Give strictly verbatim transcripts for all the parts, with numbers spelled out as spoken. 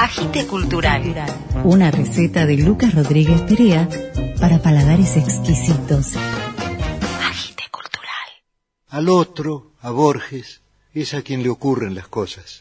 Agite Cultural. Una receta de Lucas Rodríguez Perea para paladares exquisitos. Agite Cultural. Al otro, a Borges, es a quien le ocurren las cosas.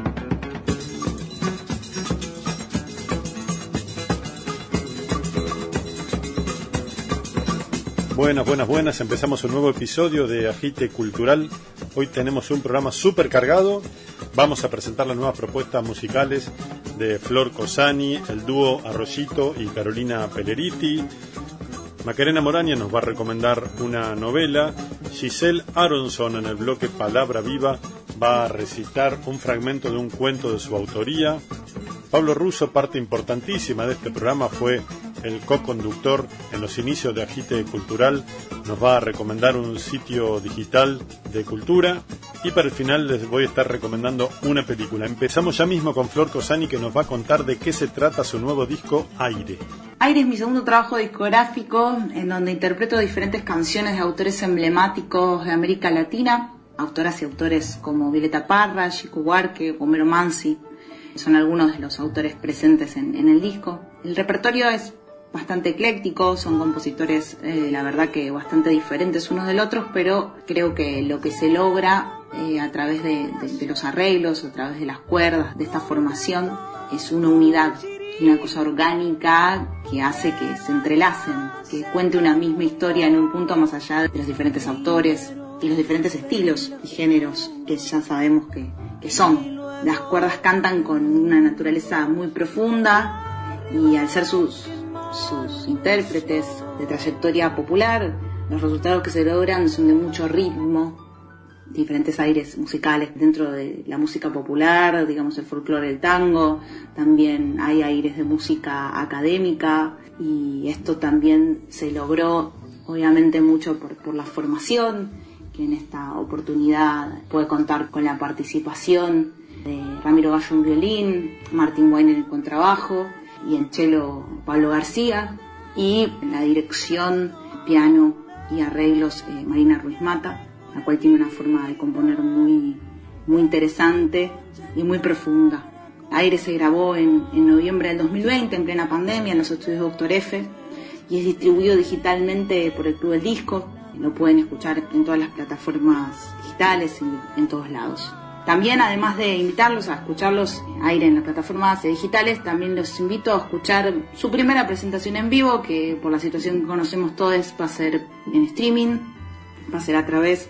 Buenas, buenas, buenas. Empezamos un nuevo episodio de Agite Cultural. Hoy tenemos un programa súper cargado. Vamos a presentar las nuevas propuestas musicales de Flor Cosani, el dúo Arroyito y Carolina Pelleriti. Macarena Moraña nos va a recomendar una novela. Giselle Aronson, en el bloque Palabra Viva, va a recitar un fragmento de un cuento de su autoría. Pablo Russo, parte importantísima de este programa, fue el co-conductor en los inicios de Agite Cultural. Nos va a recomendar un sitio digital de cultura. Y para el final les voy a estar recomendando una película. Empezamos ya mismo con Flor Cosani, que nos va a contar de qué se trata su nuevo disco, Aire. Aire es mi segundo trabajo discográfico, en donde interpreto diferentes canciones de autores emblemáticos de América Latina. Autoras y autores como Violeta Parra, Chico Buarque, Homero Mansi. Son algunos de los autores presentes en, en el disco. El repertorio es bastante ecléctico, son compositores, eh, la verdad que bastante diferentes unos del otro, pero creo que lo que se logra eh, a través de, de, de los arreglos, a través de las cuerdas, de esta formación, es una unidad, una cosa orgánica que hace que se entrelacen, que cuente una misma historia en un punto más allá de los diferentes autores y los diferentes estilos y géneros que ya sabemos que, que son. Las cuerdas cantan con una naturaleza muy profunda y al ser sus sus intérpretes de trayectoria popular, los resultados que se logran son de mucho ritmo, diferentes aires musicales dentro de la música popular, digamos el folclore, el tango, también hay aires de música académica, y esto también se logró obviamente mucho por, por la formación, que en esta oportunidad puede contar con la participación de Ramiro Gallo en violín, Martín Wayne en el contrabajo, y en cello Pablo García, y en la dirección, piano y arreglos eh, Marina Ruiz Mata, la cual tiene una forma de componer muy, muy interesante y muy profunda. Aire se grabó en, en noviembre del dos mil veinte, en plena pandemia, en los estudios Doctor F, y es distribuido digitalmente por el Club del Disco. Lo pueden escuchar en todas las plataformas digitales y en todos lados. También, además de invitarlos a escucharlos Aire en las plataformas digitales, también los invito a escuchar su primera presentación en vivo, que por la situación que conocemos todos va a ser en streaming, va a ser a través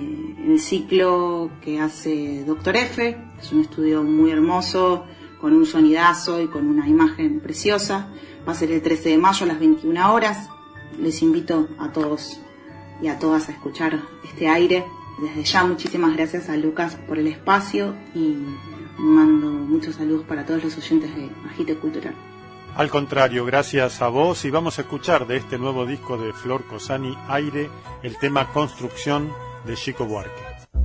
del ciclo que hace Doctor F, que es un estudio muy hermoso, con un sonidazo y con una imagen preciosa. Va a ser el trece de mayo a las veintiuna horas. Les invito a todos y a todas a escuchar este Aire. Desde ya, muchísimas gracias a Lucas por el espacio y mando muchos saludos para todos los oyentes de Agite Cultural. Al contrario, gracias a vos, y vamos a escuchar de este nuevo disco de Flor Cosani, Aire, el tema Construcción de Chico Buarque.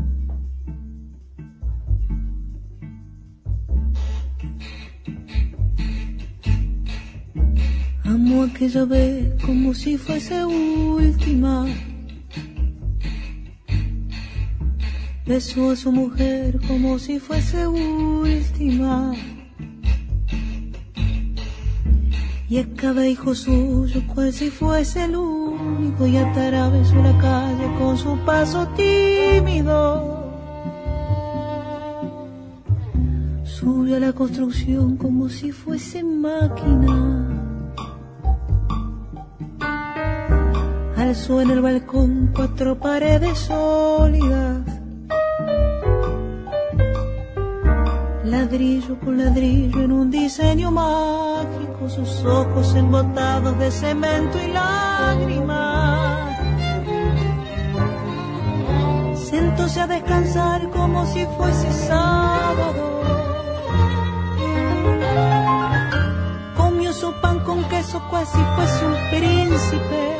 Amo aquella vez como si fuese última. Besó a su mujer como si fuese última. Y a cada hijo suyo cual si fuese el único, y atravesó la calle con su paso tímido. Subió a la construcción como si fuese máquina. Alzó en el balcón cuatro paredes sólidas. Ladrillo con ladrillo en un diseño mágico, sus ojos embotados de cemento y lágrimas. Sentóse a descansar como si fuese sábado. Comió su pan con queso cual si fuese un príncipe.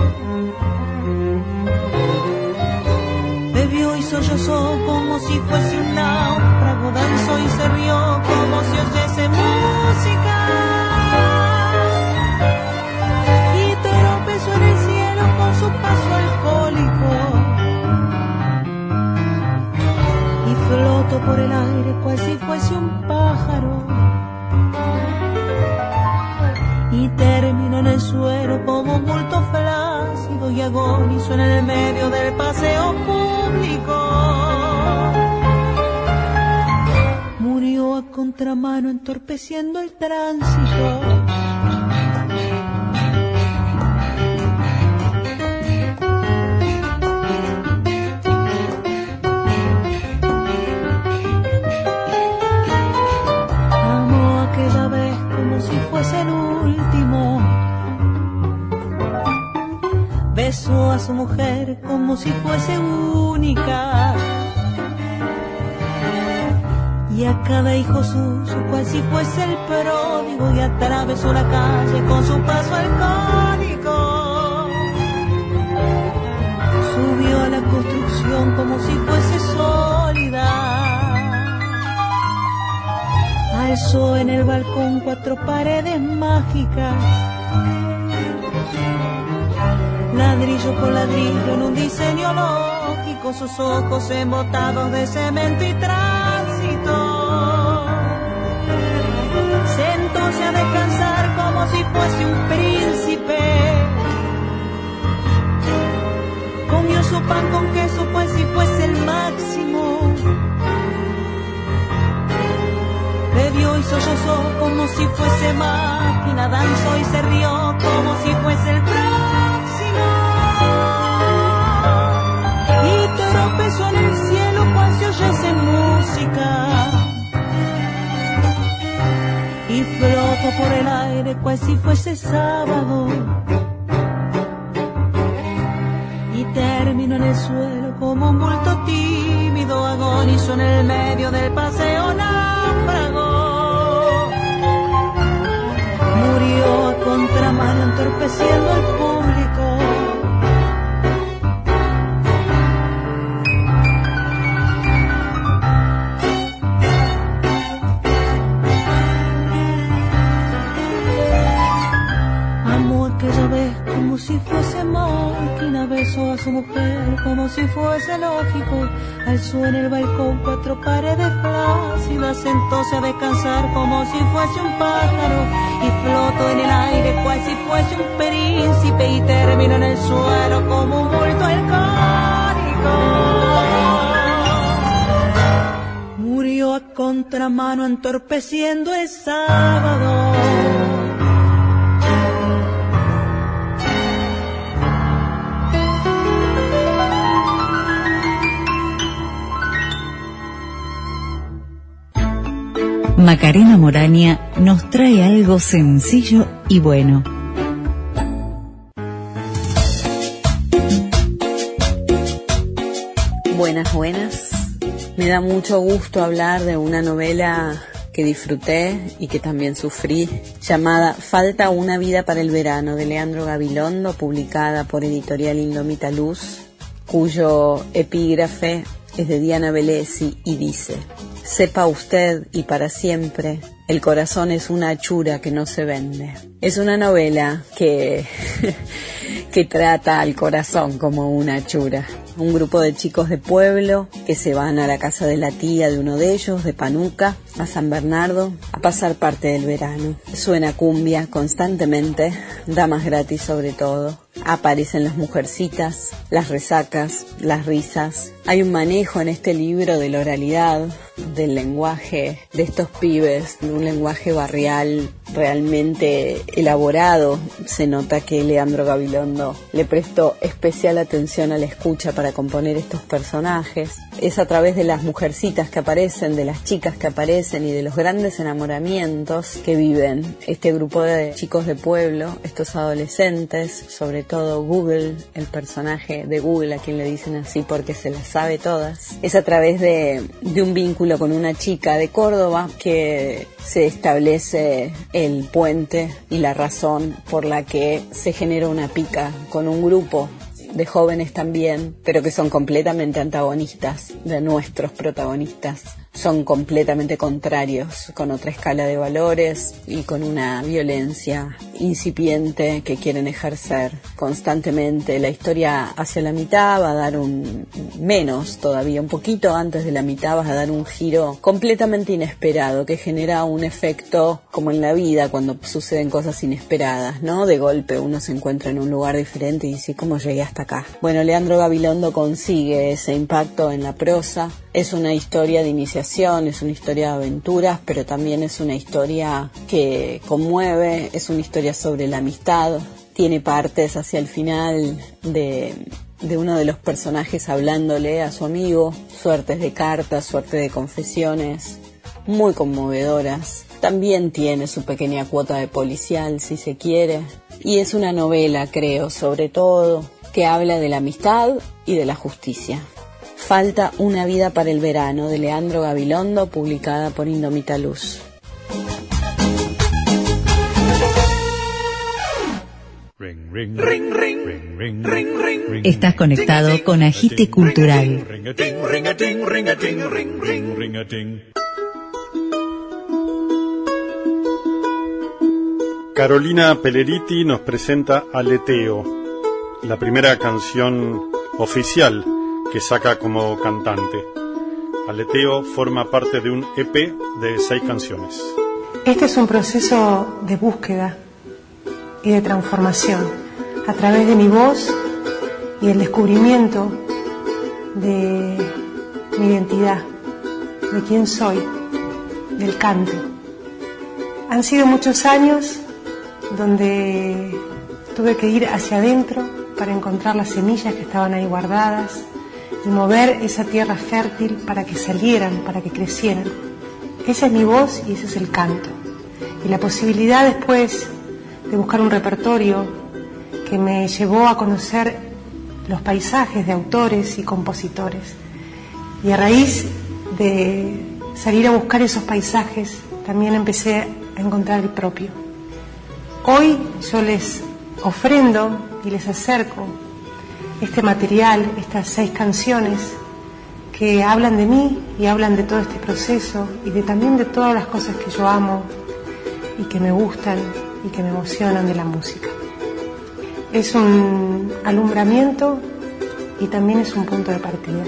Bebió y sollozó como si fuese un náufrago, danzó y se rió como si oyese música. Y tropezó en el cielo con su paso alcohólico. Y flotó por el aire cual si fuese un pájaro. en el medio del paseo público. Murió a contramano entorpeciendo el tránsito. Amó aquella vez como si fuese el último. Besó a su mujer como si fuese única. Y a cada hijo suyo cual si fuese el pródigo, y atravesó la calle con su paso alcohólico. Subió a la construcción como si fuese sólida. Alzó en el balcón cuatro paredes mágicas. Ladrillo por ladrillo en un diseño lógico, sus ojos embotados de cemento y tránsito. Sentóse a descansar como si fuese un príncipe. Comió su pan con queso cual si fuese el máximo. Bebió y sollozó como si fuese máquina. Danzó y se rió como si fuese el próximo. Y tropezó en el cielo cual si oyese música. Y flotó por el aire cual si fuese sábado. Y terminó en el suelo como un bulto tímido. Agonizó en el medio del paseo náufrago. Murió a contramano entorpeciendo al público. Como si fuese máquina, besó a su mujer como si fuese lógico. Alzó en el balcón cuatro paredes flácidas, sentóse a descansar como si fuese un pájaro. Y flotó en el aire cual si fuese un príncipe. Y terminó en el suelo como un bulto alcohólico. Murió a contramano entorpeciendo el sábado. Macarena Moraña nos trae algo sencillo y bueno. Buenas, buenas. Me da mucho gusto hablar de una novela que disfruté y que también sufrí, llamada Falta una vida para el verano, de Leandro Gabilondo, publicada por Editorial Indomita Luz, cuyo epígrafe es de Diana Velesi y dice: sepa usted y para siempre, el corazón es una hachura que no se vende. Es una novela que, que trata al corazón como una hachura. Un grupo de chicos de pueblo que se van a la casa de la tía de uno de ellos, de Panuca, a San Bernardo, a pasar parte del verano. Suena cumbia constantemente, damas gratis sobre todo. Aparecen las mujercitas, las resacas, las risas. Hay un manejo en este libro de la oralidad, del lenguaje de estos pibes, de un lenguaje barrial realmente elaborado. Se nota que Leandro Gabilondo le prestó especial atención a la escucha para componer estos personajes. Es a través de las mujercitas que aparecen, de las chicas que aparecen y de los grandes enamoramientos que viven este grupo de chicos de pueblo, estos adolescentes, sobre todo Google, el personaje de Google, a quien le dicen así porque se las sabe todas. Es a través de, de un vínculo con una chica de Córdoba que se establece el puente y la razón por la que se genera una pica con un grupo de jóvenes también, pero que son completamente antagonistas de nuestros protagonistas. son completamente contrarios, con otra escala de valores y con una violencia incipiente que quieren ejercer constantemente. La historia hacia la mitad va a dar un menos todavía, un poquito antes de la mitad va a dar un giro completamente inesperado que genera un efecto como en la vida cuando suceden cosas inesperadas, ¿no? De golpe uno se encuentra en un lugar diferente y dice, ¿cómo llegué hasta acá? Bueno, Leandro Gabilondo consigue ese impacto en la prosa. Es una historia de iniciación, es una historia de aventuras, pero también es una historia que conmueve, es una historia sobre la amistad. Tiene partes hacia el final de, de uno de los personajes hablándole a su amigo, suertes de cartas, suerte de confesiones, muy conmovedoras. También tiene su pequeña cuota de policial, si se quiere. Y es una novela, creo, sobre todo, que habla de la amistad y de la justicia. Falta una vida para el verano, de Leandro Gabilondo, publicada por Indómita Luz. Estás conectado con Agite Cultural. Carolina Peleriti nos presenta Aleteo, la primera canción oficial que saca como cantante. Aleteo forma parte de un E P de seis canciones. Este es un proceso de búsqueda y de transformación a través de mi voz y el descubrimiento de mi identidad, de quién soy, del canto. Han sido muchos años donde tuve que ir hacia adentro para encontrar las semillas que estaban ahí guardadas y mover esa tierra fértil para que salieran, para que crecieran. Esa es mi voz y ese es el canto. Y la posibilidad después de buscar un repertorio que me llevó a conocer los paisajes de autores y compositores. Y a raíz de salir a buscar esos paisajes, también empecé a encontrar el propio. Hoy yo les ofrendo y les acerco este material, estas seis canciones que hablan de mí y hablan de todo este proceso y de también de todas las cosas que yo amo y que me gustan y que me emocionan de la música. Es un alumbramiento y también es un punto de partida.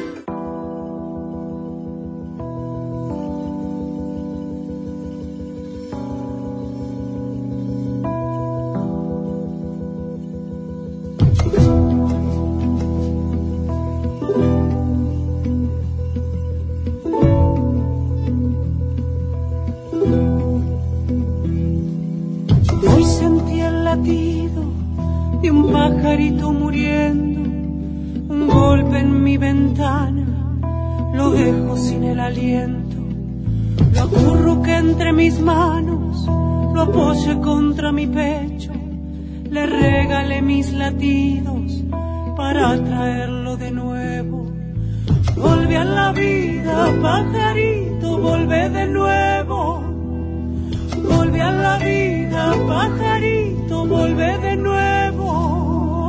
Contra mi pecho, le regalé mis latidos para traerlo de nuevo. Volví a la vida, pajarito, volvé de nuevo. Volví a la vida, pajarito, volvé de nuevo.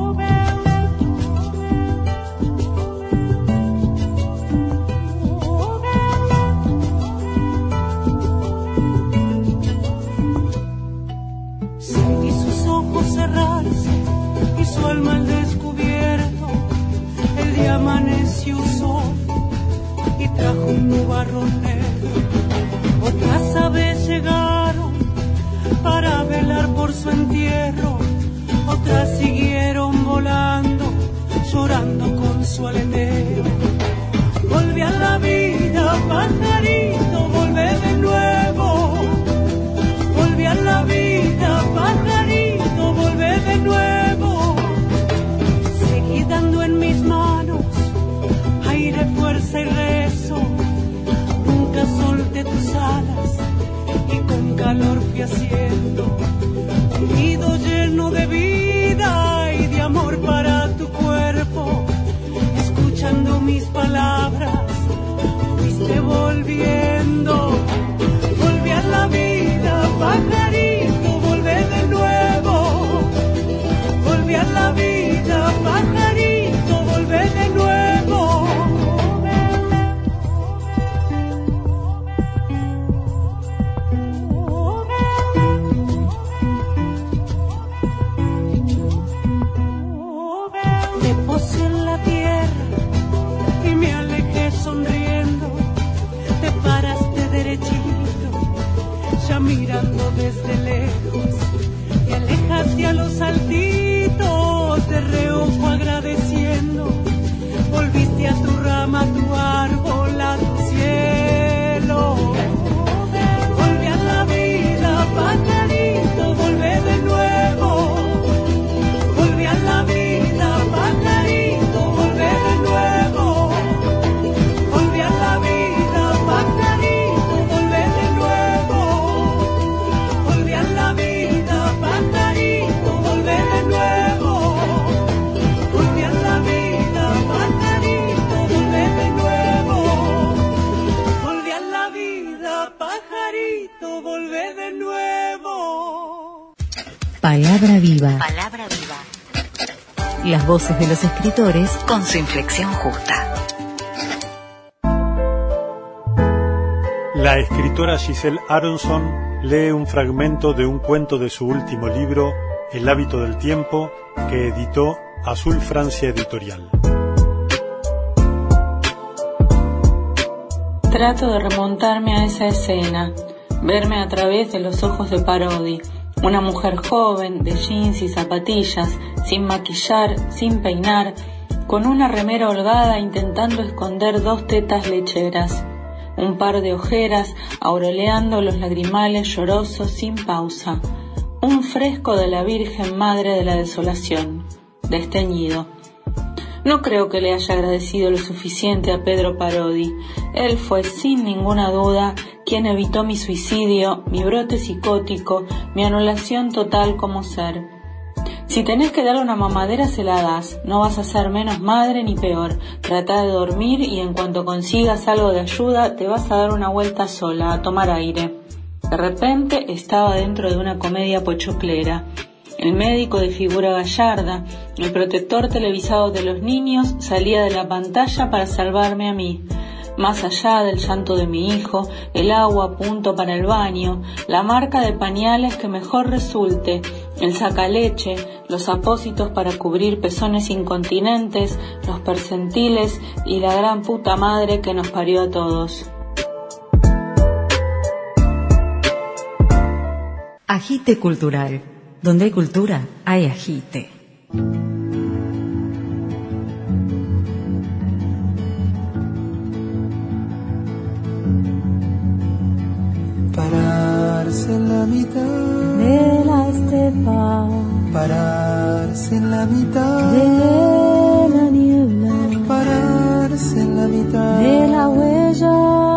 Y su alma al descubierto, el día amaneció sol y trajo un nubarrón negro. Otras aves llegaron para velar por su entierro, otras siguieron volando, llorando con su aleteo. Volví a la vida, pajarito, volvé de nuevo. Volví a la vida, pajarito, volvé de nuevo. Seguí dando en mis manos aire, fuerza y rezo. Nunca solté tus alas y con calor fui haciendo un nido lleno de vida y de amor para tu cuerpo. Escuchando mis palabras fuiste volviendo. Volví a la vida, pajarito, volvé de nuevo. Volví a la vida, pajarito, volvé de nuevo. estrella mirando desde lejos. Te alejaste a los saltitos de reojo agradeciendo. Volviste a tu rama, a tu árbol, a tu cielo. Volví a la vida, pajarito, volvé de nuevo. Volví a la vida, pajarito, volvé de nuevo. Volví a la vida, pajarito, volvé de nuevo. Volví a la vida, pajarito, volvé de nuevo. Volví a la vida, pajarito, volvé de nuevo. Volví a la vida, pajarito, volvé de nuevo. Palabra viva. Palabra viva. Las voces de los escritores Con su inflexión justa. La escritora Giselle Aronson lee un fragmento de un cuento de su último libro, El hábito del tiempo, que editó Azul Francia Editorial. Trato de remontarme a esa escena, verme a través de los ojos de Parodi, una mujer joven, de jeans y zapatillas, sin maquillar, sin peinar, con una remera holgada intentando esconder dos tetas lecheras, un par de ojeras aureoleando los lagrimales llorosos sin pausa, un fresco de la Virgen Madre de la Desolación, desteñido. No creo que le haya agradecido lo suficiente a Pedro Parodi. Él fue, sin ninguna duda, quien evitó mi suicidio, mi brote psicótico, mi anulación total como ser. Si tenés que darle una mamadera, se la das. No vas a ser menos madre ni peor. Trata de dormir y en cuanto consigas algo de ayuda, te vas a dar una vuelta sola, a tomar aire. De repente estaba dentro de una comedia pochoclera. El médico de figura gallarda, el protector televisado de los niños, salía de la pantalla para salvarme a mí. Más allá del llanto de mi hijo, el agua a punto para el baño, la marca de pañales que mejor resulte, el sacaleche, los apósitos para cubrir pezones incontinentes, los percentiles y la gran puta madre que nos parió a todos. Agite cultural. Donde hay cultura, hay agite. Pararse en la mitad De la estepa, Pararse en la mitad de la niebla, Pararse en la mitad de la huella,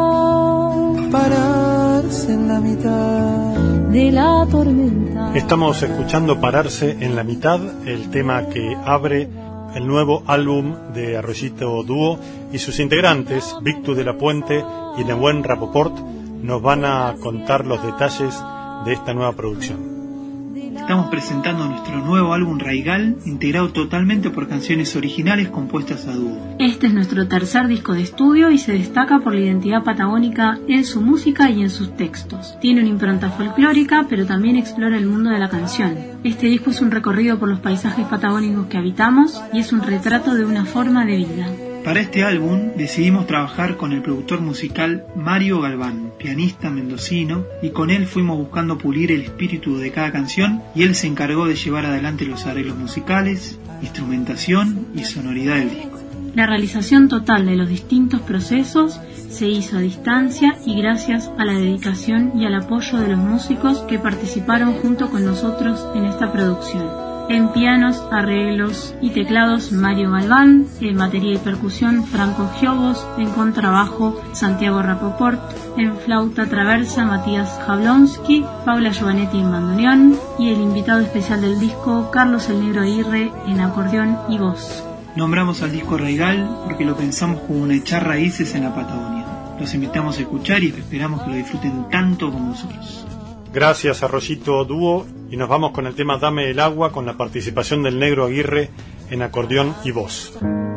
Pararse en la mitad de la tormenta. Estamos escuchando Pararse en la mitad, el tema que abre el nuevo álbum de Arroyito Dúo, y sus integrantes, Víctor de la Puente y Nehuen Rapoport, nos van a contar los detalles de esta nueva producción. Estamos presentando nuestro nuevo álbum Raigal, integrado totalmente por canciones originales compuestas a dúo. Este es nuestro tercer disco de estudio y se destaca por la identidad patagónica en su música y en sus textos. Tiene una impronta folclórica, pero también explora el mundo de la canción. Este disco es un recorrido por los paisajes patagónicos que habitamos y es un retrato de una forma de vida. Para este álbum decidimos trabajar con el productor musical Mario Galván, pianista mendocino, y con él fuimos buscando pulir el espíritu de cada canción, y él se encargó de llevar adelante los arreglos musicales, instrumentación y sonoridad del disco. La realización total de los distintos procesos se hizo a distancia y gracias a la dedicación y al apoyo de los músicos que participaron junto con nosotros en esta producción. En pianos, arreglos y teclados Mario Galván, en batería y percusión Franco Giobos, en contrabajo Santiago Rapoport, en flauta traversa Matías Jablonski, Paula Giovanetti en bandoneón y el invitado especial del disco Carlos el Negro Aguirre en acordeón y voz. Nombramos al disco Raigal porque lo pensamos como una echar raíces en la Patagonia. Los invitamos a escuchar y esperamos que lo disfruten tanto como nosotros. Gracias, Arroyito Dúo, y nos vamos con el tema Dame el agua, con la participación del Negro Aguirre en acordeón y voz.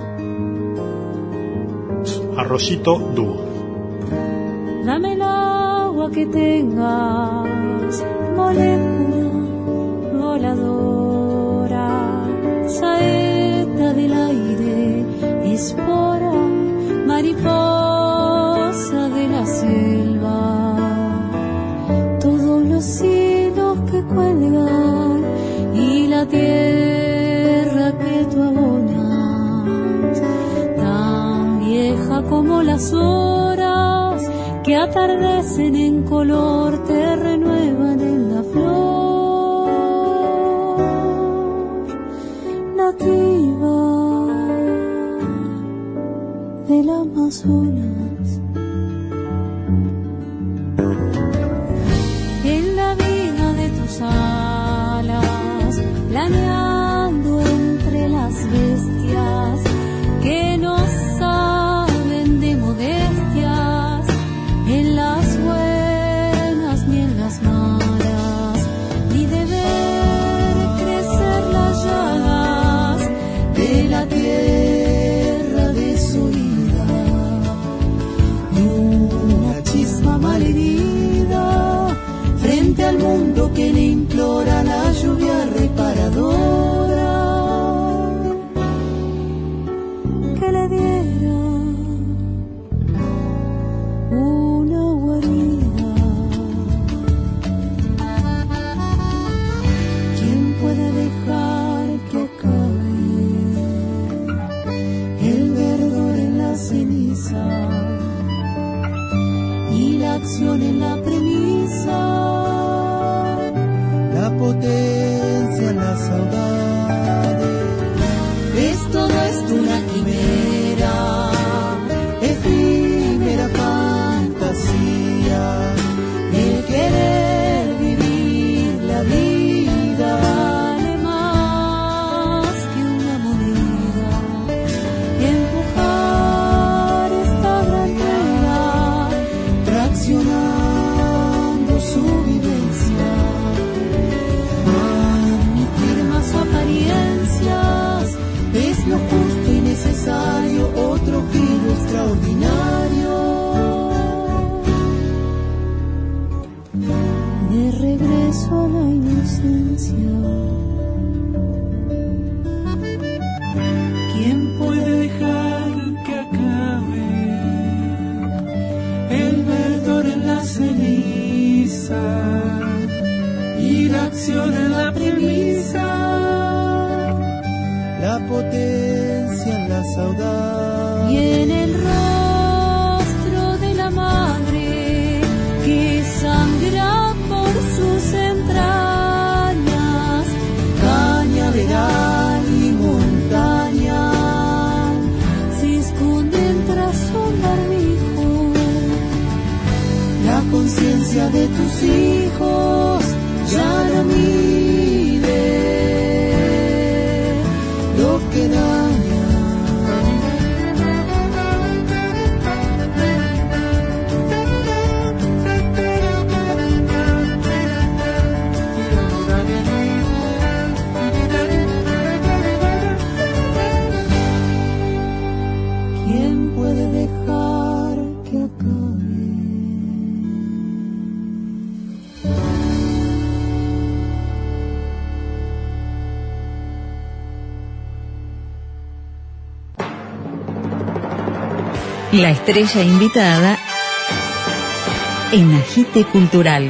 Arroyito Dúo. Dame el agua que tengas, molécula voladora, saeta del aire, espora, mariposa de la selva. Todo los hilos que cuelgan y la tierra que tú abonas, tan vieja como las horas que atardecen en color, te renuevan en la flor nativa del Amazonas. En la vida de tus alas, planeando entre las bestias que no saben de modestias, en las buenas ni en las malas, ni de ver crecer las llagas de la tierra desolida, y una chispa malherida frente al mundo que le implora la lluvia reparadora que le diera una guarida. ¿Quién puede dejar que acabe el verdor en la ceniza y la acción en la premisa, la potencia en las saudades? Esto no es una quimera, efímera fantasía, el querer vivir la vida vale más que una moneda, empujar esta gran rueda, traccionando su vivencia, admitir más apariencias es lo justo y necesario, otro giro extraordinario. De regreso a la inocencia. ¿Quién puede dejar que acabe el verdor en la ceniza y la acción en la premisa, la potencia en la saudade? Y en el rostro de la madre que sangra por sus entrañas, cañaveral y montaña se esconden tras un barbijo. La conciencia de tus hijos ya no mide lo que daña. ¿Quién puede dejar que acabe? La estrella invitada en Agite Cultural.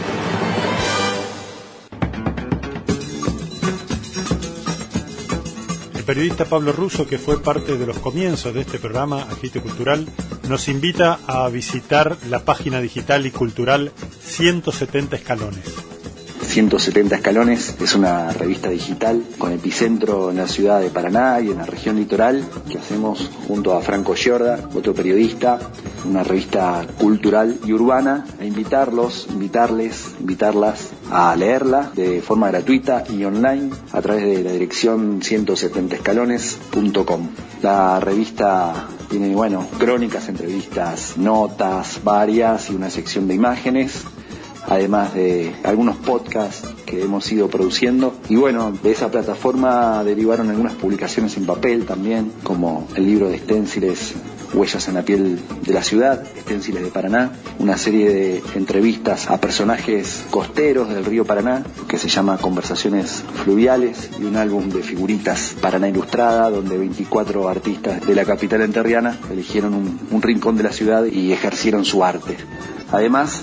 El periodista Pablo Russo, que fue parte de los comienzos de este programa Agite Cultural, nos invita a visitar la página digital y cultural ciento setenta Escalones. ciento setenta Escalones es una revista digital con epicentro en la ciudad de Paraná y en la región litoral, que hacemos junto a Franco Giorda, otro periodista, una revista cultural y urbana, e invitarlos, invitarles, invitarlas a leerla de forma gratuita y online a través de la dirección ciento setenta escalones punto com. La revista tiene, bueno, crónicas, entrevistas, notas varias y una sección de imágenes, además de algunos podcasts que hemos ido produciendo. Y bueno, de esa plataforma derivaron algunas publicaciones en papel también, como el libro de esténciles Huellas en la piel de la ciudad, Esténciles de Paraná, una serie de entrevistas a personajes costeros del río Paraná, que se llama Conversaciones Fluviales, y un álbum de figuritas Paraná Ilustrada, donde veinticuatro artistas de la capital entrerriana eligieron un, un rincón de la ciudad y ejercieron su arte. Además,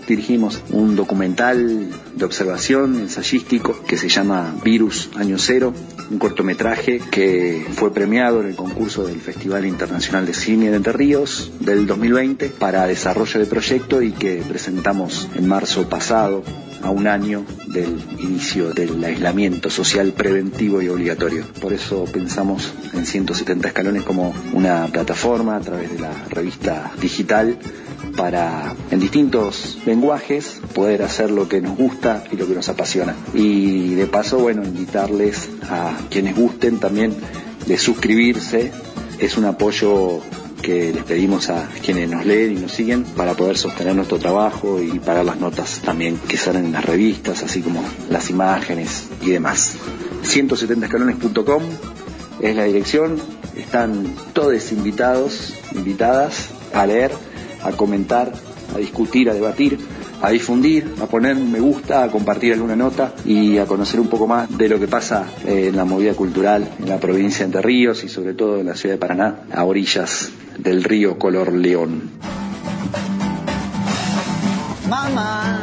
dirigimos un documental de observación ensayístico que se llama Virus Año Cero, un cortometraje que fue premiado en el concurso del Festival Internacional de Cine de Entre Ríos del dos mil veinte para desarrollo de proyecto y que presentamos en marzo pasado, a un año del inicio del aislamiento social preventivo y obligatorio. Por eso pensamos en ciento setenta escalones como una plataforma a través de la revista digital para, en distintos lenguajes, poder hacer lo que nos gusta y lo que nos apasiona. Y de paso, bueno, invitarles a quienes gusten también de suscribirse. Es un apoyo que les pedimos a quienes nos leen y nos siguen para poder sostener nuestro trabajo y pagar las notas también que salen en las revistas, así como las imágenes y demás. ciento setenta escalones punto com es la dirección. Están todos invitados, invitadas a leer, a comentar, a discutir, a debatir, a difundir, a poner un me gusta, a compartir alguna nota y a conocer un poco más de lo que pasa en la movida cultural en la provincia de Entre Ríos y sobre todo en la ciudad de Paraná, a orillas del río color león. Mamá,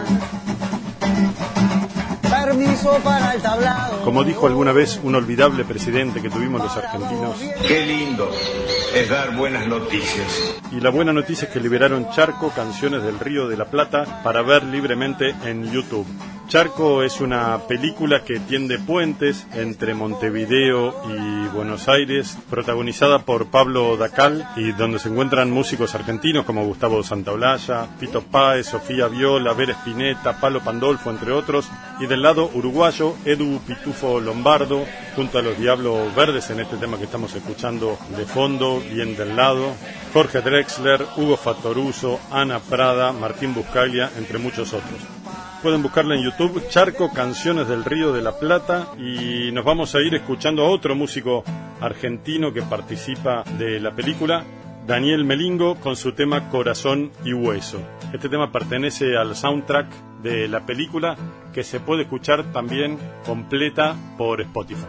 permiso para el tablado. Como dijo alguna vez un olvidable presidente que tuvimos los argentinos, qué lindo es dar buenas noticias. Y la buena noticia es que liberaron Charco, Canciones del Río de la Plata, para ver libremente en YouTube. Charco es una película que tiende puentes entre Montevideo y Buenos Aires, protagonizada por Pablo Dacal y donde se encuentran músicos argentinos como Gustavo Santaolalla, Fito Páez, Sofía Viola, Vera Spinetta, Palo Pandolfo, entre otros, y del lado uruguayo, Edu Pitufo Lombardo, junto a los Diablos Verdes en este tema que estamos escuchando de fondo, bien del lado, Jorge Drexler, Hugo Fattoruso, Ana Prada, Martín Buscaglia, entre muchos otros. Pueden buscarla en YouTube, Charco, Canciones del Río de la Plata, y nos vamos a ir escuchando a otro músico argentino que participa de la película, Daniel Melingo, con su tema Corazón y Hueso. Este tema pertenece al soundtrack de la película, que se puede escuchar también completa por Spotify.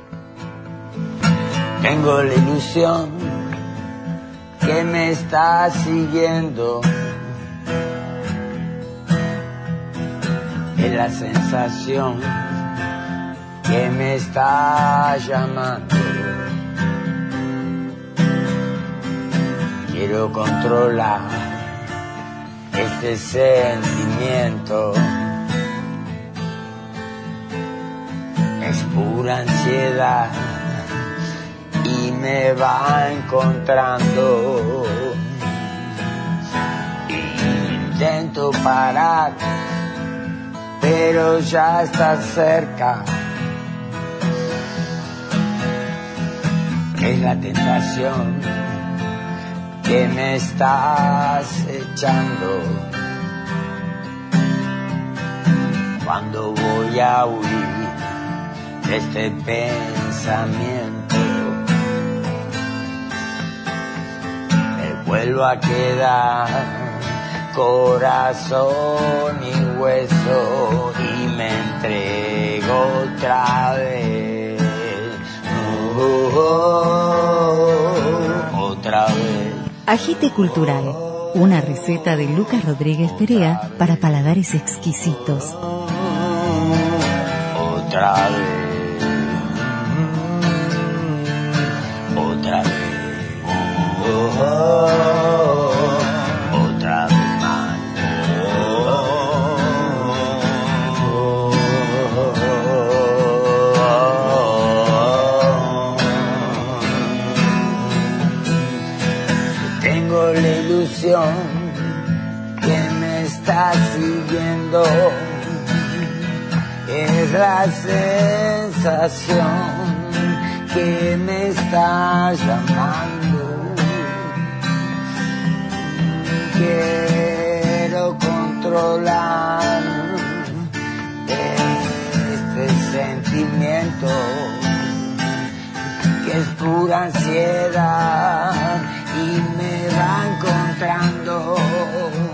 Tengo la ilusión que me está siguiendo, es la sensación que me está llamando. Quiero controlar este sentimiento, es pura ansiedad y me va encontrando. Intento parar, pero ya está cerca. Es la tentación que me estás echando. Cuando voy a huir de este pensamiento, me vuelvo a quedar corazón y hueso y me entrego otra vez, oh, oh, oh, otra vez. Agite Cultural, una receta de Lucas Rodríguez Perea para paladares exquisitos. Otra vez, otra vez, oh, oh, oh, otra vez. Que me está siguiendo, es la sensación que me está llamando. Quiero controlar este sentimiento que es pura ansiedad y me va encontrando.